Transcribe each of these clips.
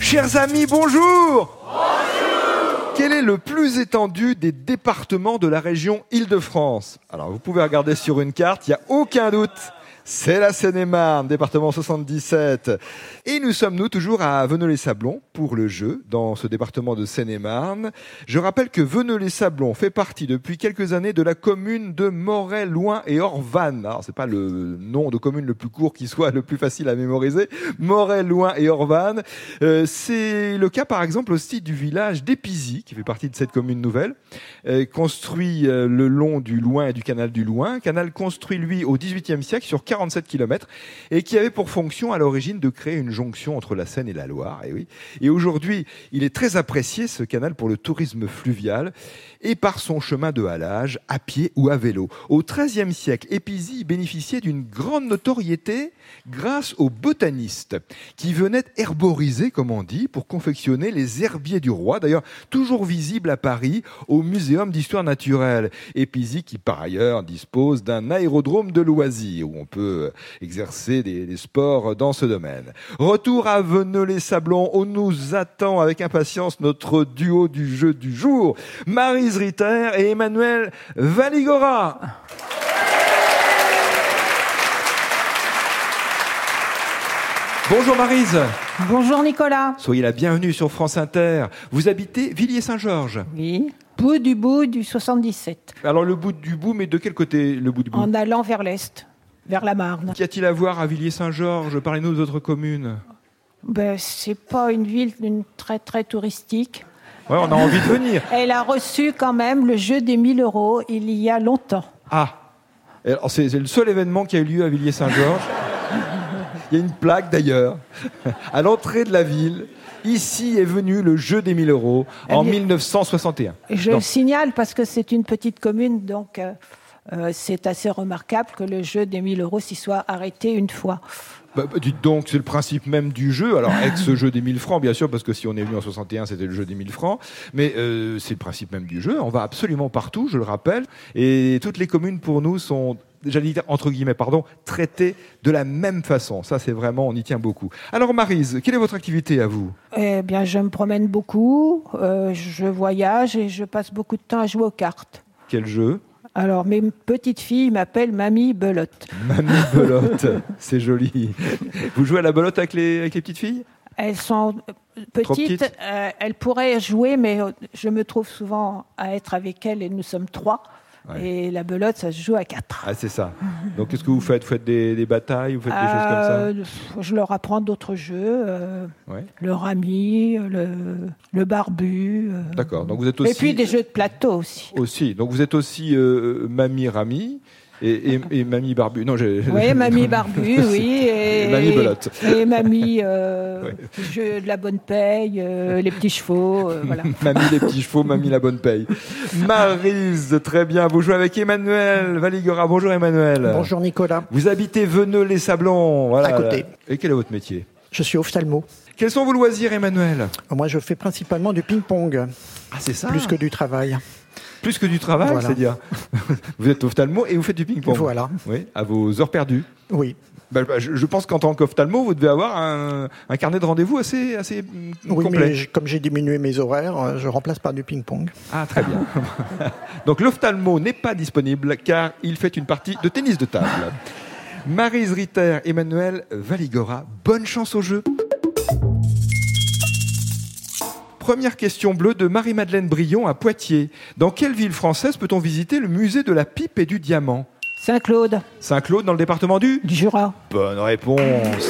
Chers amis, bonjour. Quel est le plus étendu des départements de la région Île-de-France? Alors, vous pouvez regarder sur une carte, il n'y a aucun doute. C'est la Seine-et-Marne, département 77. Et nous sommes, toujours à Veneux-les-Sablons pour le jeu, dans ce département de Seine-et-Marne. Je rappelle que Veneux-les-Sablons fait partie depuis quelques années de la commune de Moret, Loing et Orvanne. Alors, c'est pas le nom de commune le plus court qui soit le plus facile à mémoriser. Moret, Loing et Orvanne. C'est le cas, par exemple, aussi du village d'Épizy, qui fait partie de cette commune nouvelle, construit le long du Loing et du canal du Loing. Canal construit, lui, au XVIIIe siècle sur 47 km et qui avait pour fonction à l'origine de créer une jonction entre la Seine et la Loire. Et oui. Et aujourd'hui, il est très apprécié, ce canal, pour le tourisme fluvial et par son chemin de halage, à pied ou à vélo. Au XIIIe siècle, Épizy bénéficiait d'une grande notoriété grâce aux botanistes qui venaient herboriser, comme on dit, pour confectionner les herbiers du roi, d'ailleurs toujours visibles à Paris au Muséum d'histoire naturelle. Épizy qui, par ailleurs, dispose d'un aérodrome de loisirs où on peut exercer des sports dans ce domaine. Retour à Veneux-les-Sablons, où nous attend avec impatience notre duo du jeu du jour, Maryse Ritter et Emmanuel Valigora. Bonjour Maryse. Bonjour Nicolas. Soyez la bienvenue sur France Inter. Vous habitez Villiers-Saint-Georges. Oui. Bout du 77. Alors le bout du bout, mais de quel côté le bout du bout? En allant vers l'est, vers la Marne. Qu'y a-t-il à voir à Villiers-Saint-Georges? Parlez-nous de votre commune. C'est pas une ville très très touristique. Ouais, on a envie de venir. Elle a reçu quand même le jeu des 1000 € il y a longtemps. Ah, alors c'est le seul événement qui a eu lieu à Villiers-Saint-Georges. Il y a une plaque d'ailleurs, à l'entrée de la ville. Ici est venu le jeu des 1000 € en 1961. Je le signale parce que c'est une petite commune, donc c'est assez remarquable que le jeu des 1000 € s'y soit arrêté une fois. Dites donc, c'est le principe même du jeu. Alors, ex-jeu des 1000 francs, bien sûr, parce que si on est venu en 61, c'était le jeu des 1000 francs. Mais c'est le principe même du jeu. On va absolument partout, je le rappelle. Et toutes les communes, pour nous, sont, j'allais dire, entre guillemets, traitées de la même façon. Ça, c'est vraiment, on y tient beaucoup. Alors, Maryse, quelle est votre activité à vous? Eh bien, je me promène beaucoup, je voyage et je passe beaucoup de temps à jouer aux cartes. Quel jeu? Alors, mes petites filles m'appellent Mamie Belote. Mamie Belote, c'est joli. Vous jouez à la belote avec les petites filles? Elles sont petites, elles pourraient jouer, mais je me trouve souvent à être avec elles et nous sommes 3. Ouais. Et la belote, ça se joue à 4. Ah, c'est ça. Donc, qu'est-ce que vous faites? Vous faites des batailles? Vous faites des choses comme ça? Je leur apprends d'autres jeux. Le rami, le barbu. D'accord. Donc, vous êtes aussi... Et puis, des jeux de plateau aussi. Aussi. Donc, vous êtes aussi Mamie Rami et Mamie Barbu. Non, Oui, Mamie Barbu, oui. Et Mamie Belote. Et Mamie de la bonne paye, les petits chevaux, voilà. Mamie les petits chevaux, Mamie la bonne paye. Maryse, très bien. Vous jouez avec Emmanuel Valigora. Bonjour Emmanuel. Bonjour Nicolas. Vous habitez Veneux-les-Sablons. Voilà. À côté. Et quel est votre métier? Je suis ophtalmo. Quels sont vos loisirs, Emmanuel? Moi, je fais principalement du ping-pong. Ah, c'est ça? Plus que du travail. Plus que du travail, voilà. C'est-à-dire vous êtes ophtalmo et vous faites du ping-pong. Voilà. Oui, à vos heures perdues. Oui. Je pense qu'en tant qu'ophtalmo, vous devez avoir un carnet de rendez-vous assez oui, complet. Mais comme j'ai diminué mes horaires, je remplace par du ping-pong. Ah, très bien. Donc l'ophtalmo n'est pas disponible car il fait une partie de tennis de table. Maryse Ritter, Emmanuel Valigora, bonne chance au jeu. Première question bleue de Marie-Madeleine Brion à Poitiers. Dans quelle ville française peut-on visiter le musée de la pipe et du diamant? Saint-Claude. Saint-Claude dans le département du Jura. Bonne réponse.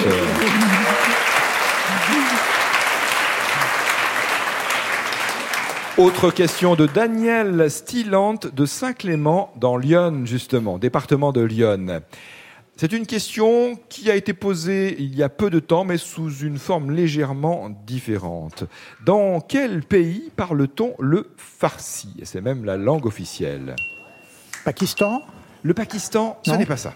Autre question de Daniel Stilante de Saint-Clément dans l'Yonne, justement, département de l'Yonne. C'est une question qui a été posée il y a peu de temps, mais sous une forme légèrement différente. Dans quel pays parle-t-on le farsi? C'est même la langue officielle. Pakistan? Le Pakistan, ce n'est pas ça.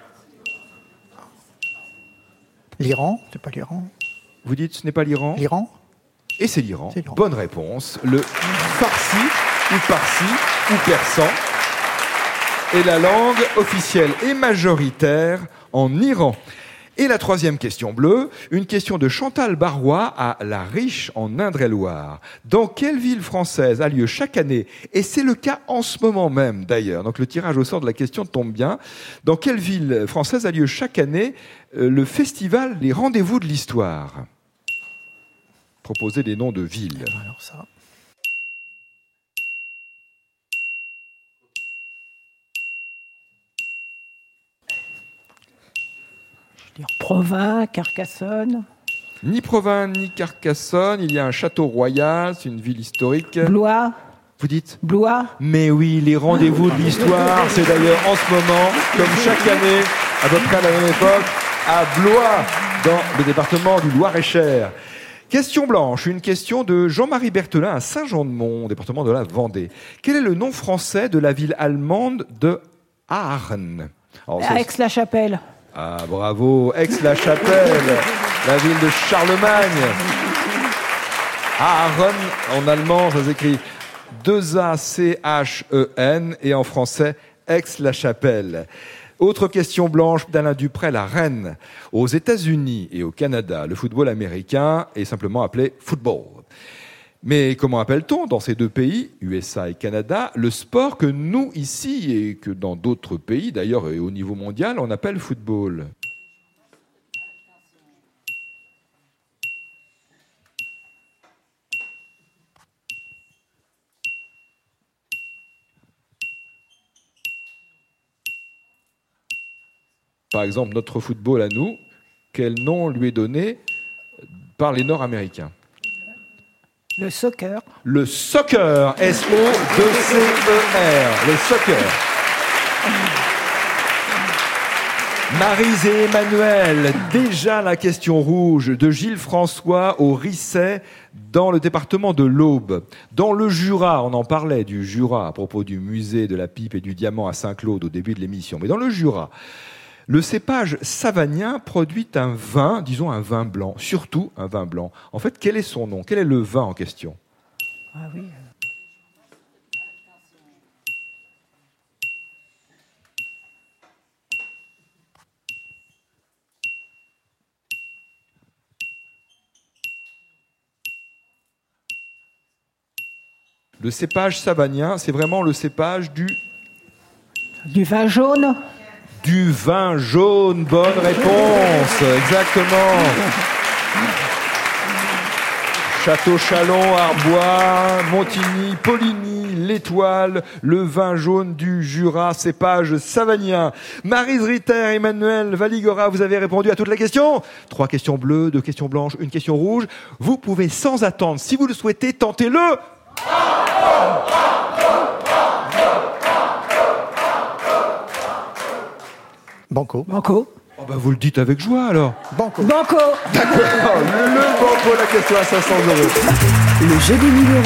L'Iran? C'est pas l'Iran. Vous dites ce n'est pas l'Iran? L'Iran? Et c'est l'Iran. Bonne réponse. Le farsi ou parsi ou persan est la langue officielle et majoritaire en Iran. Et la troisième question bleue, une question de Chantal Barrois à La Riche en Indre-et-Loire. Dans quelle ville française a lieu chaque année, et c'est le cas en ce moment même d'ailleurs, donc le tirage au sort de la question tombe bien, dans quelle ville française a lieu chaque année le festival Les Rendez-vous de l'Histoire? Proposez des noms de villes. Alors ça. Provins, Carcassonne. Ni Provins, ni Carcassonne. Il y a un château royal, c'est une ville historique. Blois. Vous dites? Blois. Mais oui, les rendez-vous de l'histoire, c'est d'ailleurs en ce moment, comme chaque année, à peu près à la même époque, à Blois, dans le département du Loir-et-Cher. Question blanche, une question de Jean-Marie Berthelin à Saint-Jean-de-Mont, département de la Vendée. Quel est le nom français de la ville allemande de Aarn? Aix-la-Chapelle. Ah, bravo, Aix-la-Chapelle, la ville de Charlemagne. Aarn, en allemand, ça s'écrit 2-A-C-H-E-N, et en français, Aix-la-Chapelle. Autre question blanche d'Alain Duprel à Rennes. Aux États-Unis et au Canada, le football américain est simplement appelé football. Mais comment appelle-t-on dans ces deux pays, USA et Canada, le sport que nous, ici, et que dans d'autres pays, d'ailleurs, et au niveau mondial, on appelle football? Par exemple, notre football à nous, quel nom lui est donné par les Nord-Américains? Le soccer. Le soccer, S-O-2-C-E-R, le soccer. Maryse et Emmanuel, déjà la question rouge de Gilles François au Risset, dans le département de l'Aube. Dans le Jura, on en parlait du Jura à propos du musée de la pipe et du diamant à Saint-Claude au début de l'émission, mais dans le Jura, le cépage savagnin produit un vin, disons un vin blanc, surtout un vin blanc. En fait, quel est son nom? Quel est le vin en question? Ah oui. Le cépage savagnin, c'est vraiment le cépage du vin jaune. Du vin jaune, bonne réponse, exactement. Château-Chalon, Arbois, Montigny, Poligny, l'Étoile, le vin jaune du Jura, cépage savagnin. Maryse Ritter, Emmanuel Valigora, vous avez répondu à toutes les questions. 3 questions bleues, 2 questions blanches, 1 question rouge. Vous pouvez sans attendre, si vous le souhaitez, tenter le... Banco. Banco. Oh bah vous le dites avec joie alors. Banco. Banco. D'accord, le banco, la question à 500 €. Le jeu des 1000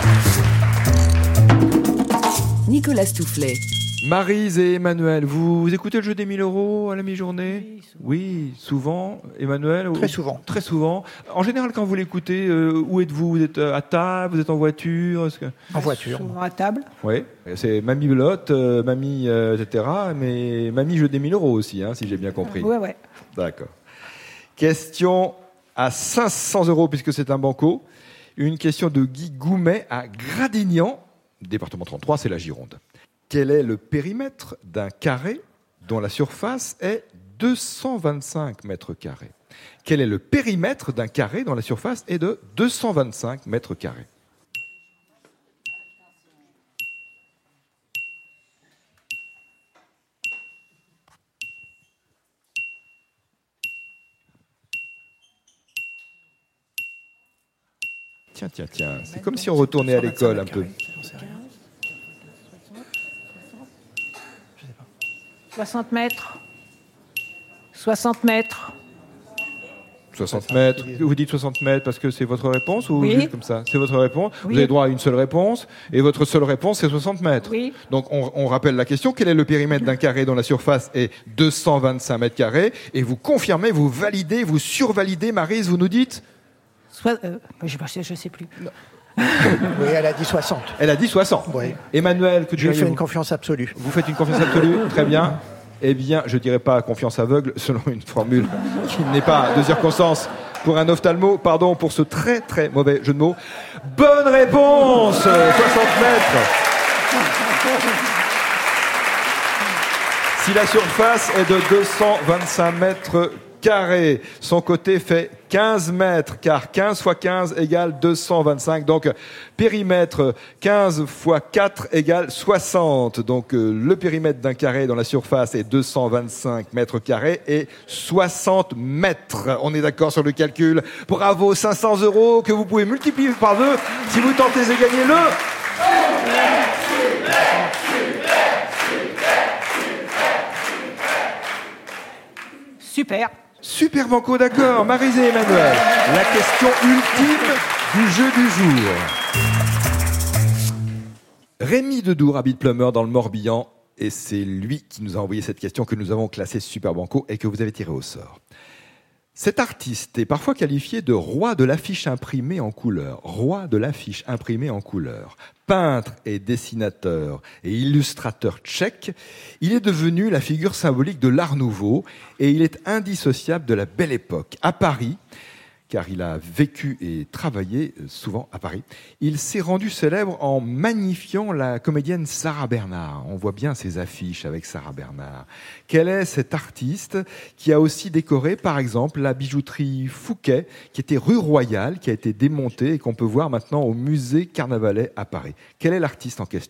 €. Nicolas Stoufflet. Maryse et Emmanuel, vous écoutez le jeu des 1000 € à la mi-journée? Oui, souvent. Emmanuel? Très souvent. Très souvent. En général, quand vous l'écoutez, où êtes-vous? Vous êtes à table? Vous êtes en voiture? En voiture. Souvent à table. Oui, c'est mamie belote, mamie, etc. Mais mamie jeu des 1000 € aussi, hein, si j'ai bien compris. Ouais, ouais. D'accord. Question à 500 € puisque c'est un banco. Une question de Guy Goumet à Gradignan, département 33, c'est la Gironde. Quel est le périmètre d'un carré dont la surface est 225 mètres carrés? Quel est le périmètre d'un carré dont la surface est de 225 mètres carrés? Tiens, c'est comme si on retournait à l'école un peu. 60 mètres. 60 mètres. 60 mètres. Vous dites 60 mètres parce que c'est votre réponse ou oui. Juste comme ça? C'est votre réponse. Oui. Vous avez droit à une seule réponse et votre seule réponse c'est 60 mètres. Oui. Donc on rappelle la question. Quel est le périmètre d'un carré dont la surface est 225 mètres carrés? Et vous confirmez, vous validez, vous survalidez. Maryse, vous nous dites? Je sais plus. Oui, elle a dit 60. Elle a dit 60. Oui. Emmanuel, que Je lui ai fait diriez-vous? une confiance absolue. Vous faites une confiance absolue. Très bien. Eh bien, je dirais pas confiance aveugle, selon une formule qui n'est pas de circonstance pour un ophtalmo. Pardon pour ce très très mauvais jeu de mots. Bonne réponse 60 mètres. Si la surface est de 225 mètres carrés, son côté fait 15 mètres, car 15 fois 15 égale 225. Donc, périmètre 15 fois 4 égale 60. Donc, le périmètre d'un carré dans la surface est 225 mètres carrés et 60 mètres. On est d'accord sur le calcul. Bravo, 500 € que vous pouvez multiplier par 2 si vous tentez de gagner le... Super. Super Banco, d'accord. Maryse et Emmanuel, la question ultime du jeu du jour. Rémi Dedour habite Plumeur dans le Morbihan et c'est lui qui nous a envoyé cette question que nous avons classée Super Banco et que vous avez tirée au sort. Cet artiste est parfois qualifié de roi de l'affiche imprimée en couleur. Roi de l'affiche imprimée en couleur. Peintre et dessinateur et illustrateur tchèque, il est devenu la figure symbolique de l'Art Nouveau et il est indissociable de la Belle Époque. À Paris, car il a vécu et travaillé souvent à Paris, il s'est rendu célèbre en magnifiant la comédienne Sarah Bernard. On voit bien ses affiches avec Sarah Bernard. Quel est cet artiste qui a aussi décoré, par exemple, la bijouterie Fouquet, qui était rue Royale, qui a été démontée et qu'on peut voir maintenant au musée Carnavalet à Paris. Quel est l'artiste en question ?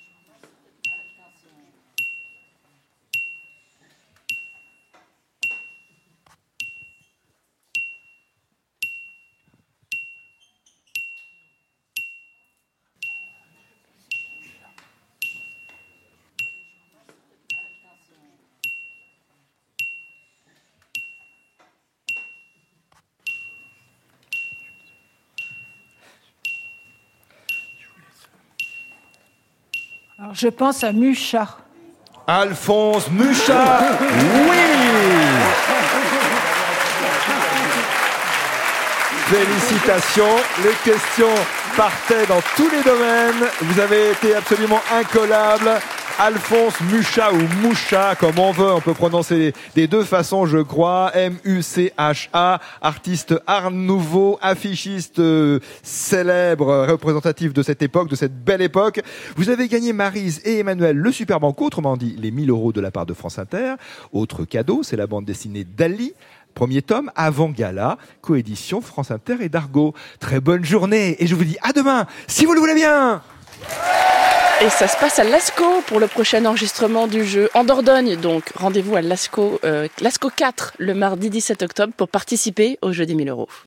Alors, je pense à Mucha. Alphonse Mucha. Oui. Félicitations, les questions partaient dans tous les domaines. Vous avez été absolument incollable. Alphonse Mucha ou Moucha, comme on veut, on peut prononcer des deux façons, je crois. M-U-C-H-A, artiste art nouveau, affichiste célèbre, représentatif de cette époque, de cette belle époque. Vous avez gagné, Maryse et Emmanuel, le Super Banco, autrement dit les 1000 € de la part de France Inter. Autre cadeau, c'est la bande dessinée Dali. Premier tome, Avant Gala, coédition France Inter et Dargaud. Très bonne journée et je vous dis à demain, si vous le voulez bien. Et ça se passe à Lascaux pour le prochain enregistrement du jeu en Dordogne. Donc rendez-vous à Lascaux 4 le mardi 17 octobre pour participer au jeu des 1000 €.